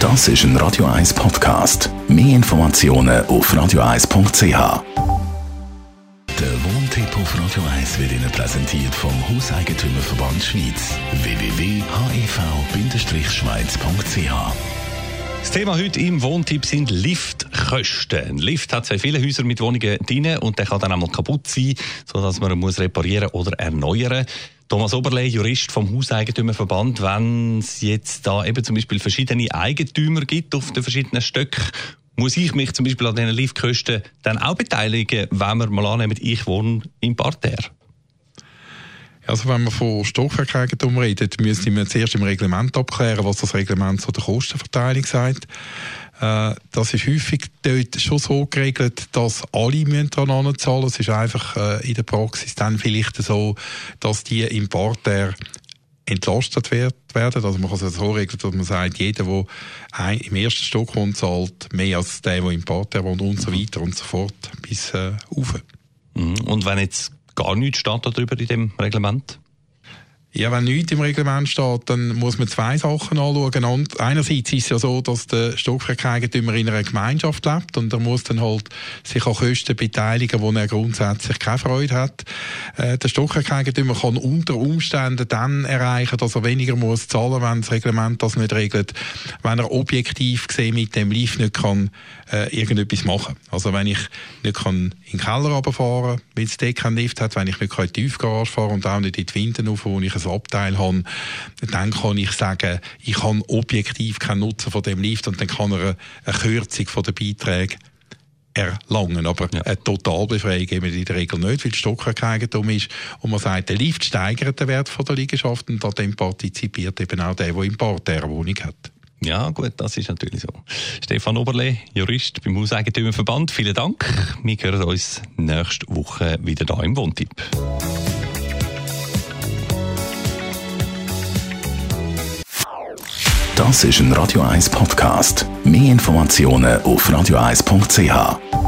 Das ist ein Radio 1 Podcast. Mehr Informationen auf radio1.ch. Der Wohntipp auf Radio 1 wird Ihnen präsentiert vom Hauseigentümerverband Schweiz. www.hev-schweiz.ch. Das Thema heute im Wohntipp sind Liftkosten. Ein Lift hat in vielen Häusern mit Wohnungen drin und der kann dann einmal kaputt sein, sodass man ihn muss reparieren oder erneuern. Thomas Oberle, Jurist vom Hauseigentümerverband, wenn es jetzt da eben zum Beispiel verschiedene Eigentümer gibt auf den verschiedenen Stöcken, muss ich mich zum Beispiel an diesen Liftkosten dann auch beteiligen, wenn wir mal annehmen, ich wohne im Parterre? Also wenn wir von Stockwerkeigentum reden, müssen wir zuerst im Reglement abklären, was das Reglement zu der Kostenverteilung sagt. Das ist häufig dort schon so geregelt, dass alle daran zahlen müssen. Es ist einfach in der Praxis dann vielleicht so, dass die im Parterre entlastet werden. Also man kann es so regeln, dass man sagt, jeder, der im ersten Stock wohnt, zahlt mehr als der im Parterre wohnt und so weiter und so fort bis rauf. Und wenn jetzt gar nichts steht darüber in dem Reglement? Ja, wenn nichts im Reglement steht, dann muss man zwei Sachen anschauen. Und einerseits ist es ja so, dass der Stockwerkeigentümer in einer Gemeinschaft lebt und er muss dann halt sich an Kosten beteiligen, wo er grundsätzlich keine Freude hat. Der Stockwerkeigentümer kann unter Umständen dann erreichen, dass er weniger muss zahlen, wenn das Reglement das nicht regelt, wenn er objektiv gesehen mit dem Lift nicht kann irgendetwas machen. Also wenn ich nicht kann in den Keller runterfahren, weil es dort keinen Lift hat, wenn ich nicht in die Tiefgarage fahren und auch nicht in die Winden rauf, wo ich ein Abteil habe, dann kann ich sagen, ich habe objektiv keinen Nutzen von dem Lift und dann kann er eine Kürzung von den Beiträgen erlangen. Aber eine Totalbefreiung geben wir in der Regel nicht, weil es Stockwerkeigentum ist und man sagt, der Lift steigert den Wert von der Liegenschaft und an dem partizipiert eben auch der im Parterre eine Wohnung hat. Ja, gut, das ist natürlich so. Stefan Oberle, Jurist beim Hauseigentümerverband, vielen Dank. Wir hören uns nächste Woche wieder hier im Wohntipp. Das ist ein Radio 1 Podcast. Mehr Informationen auf radio1.ch.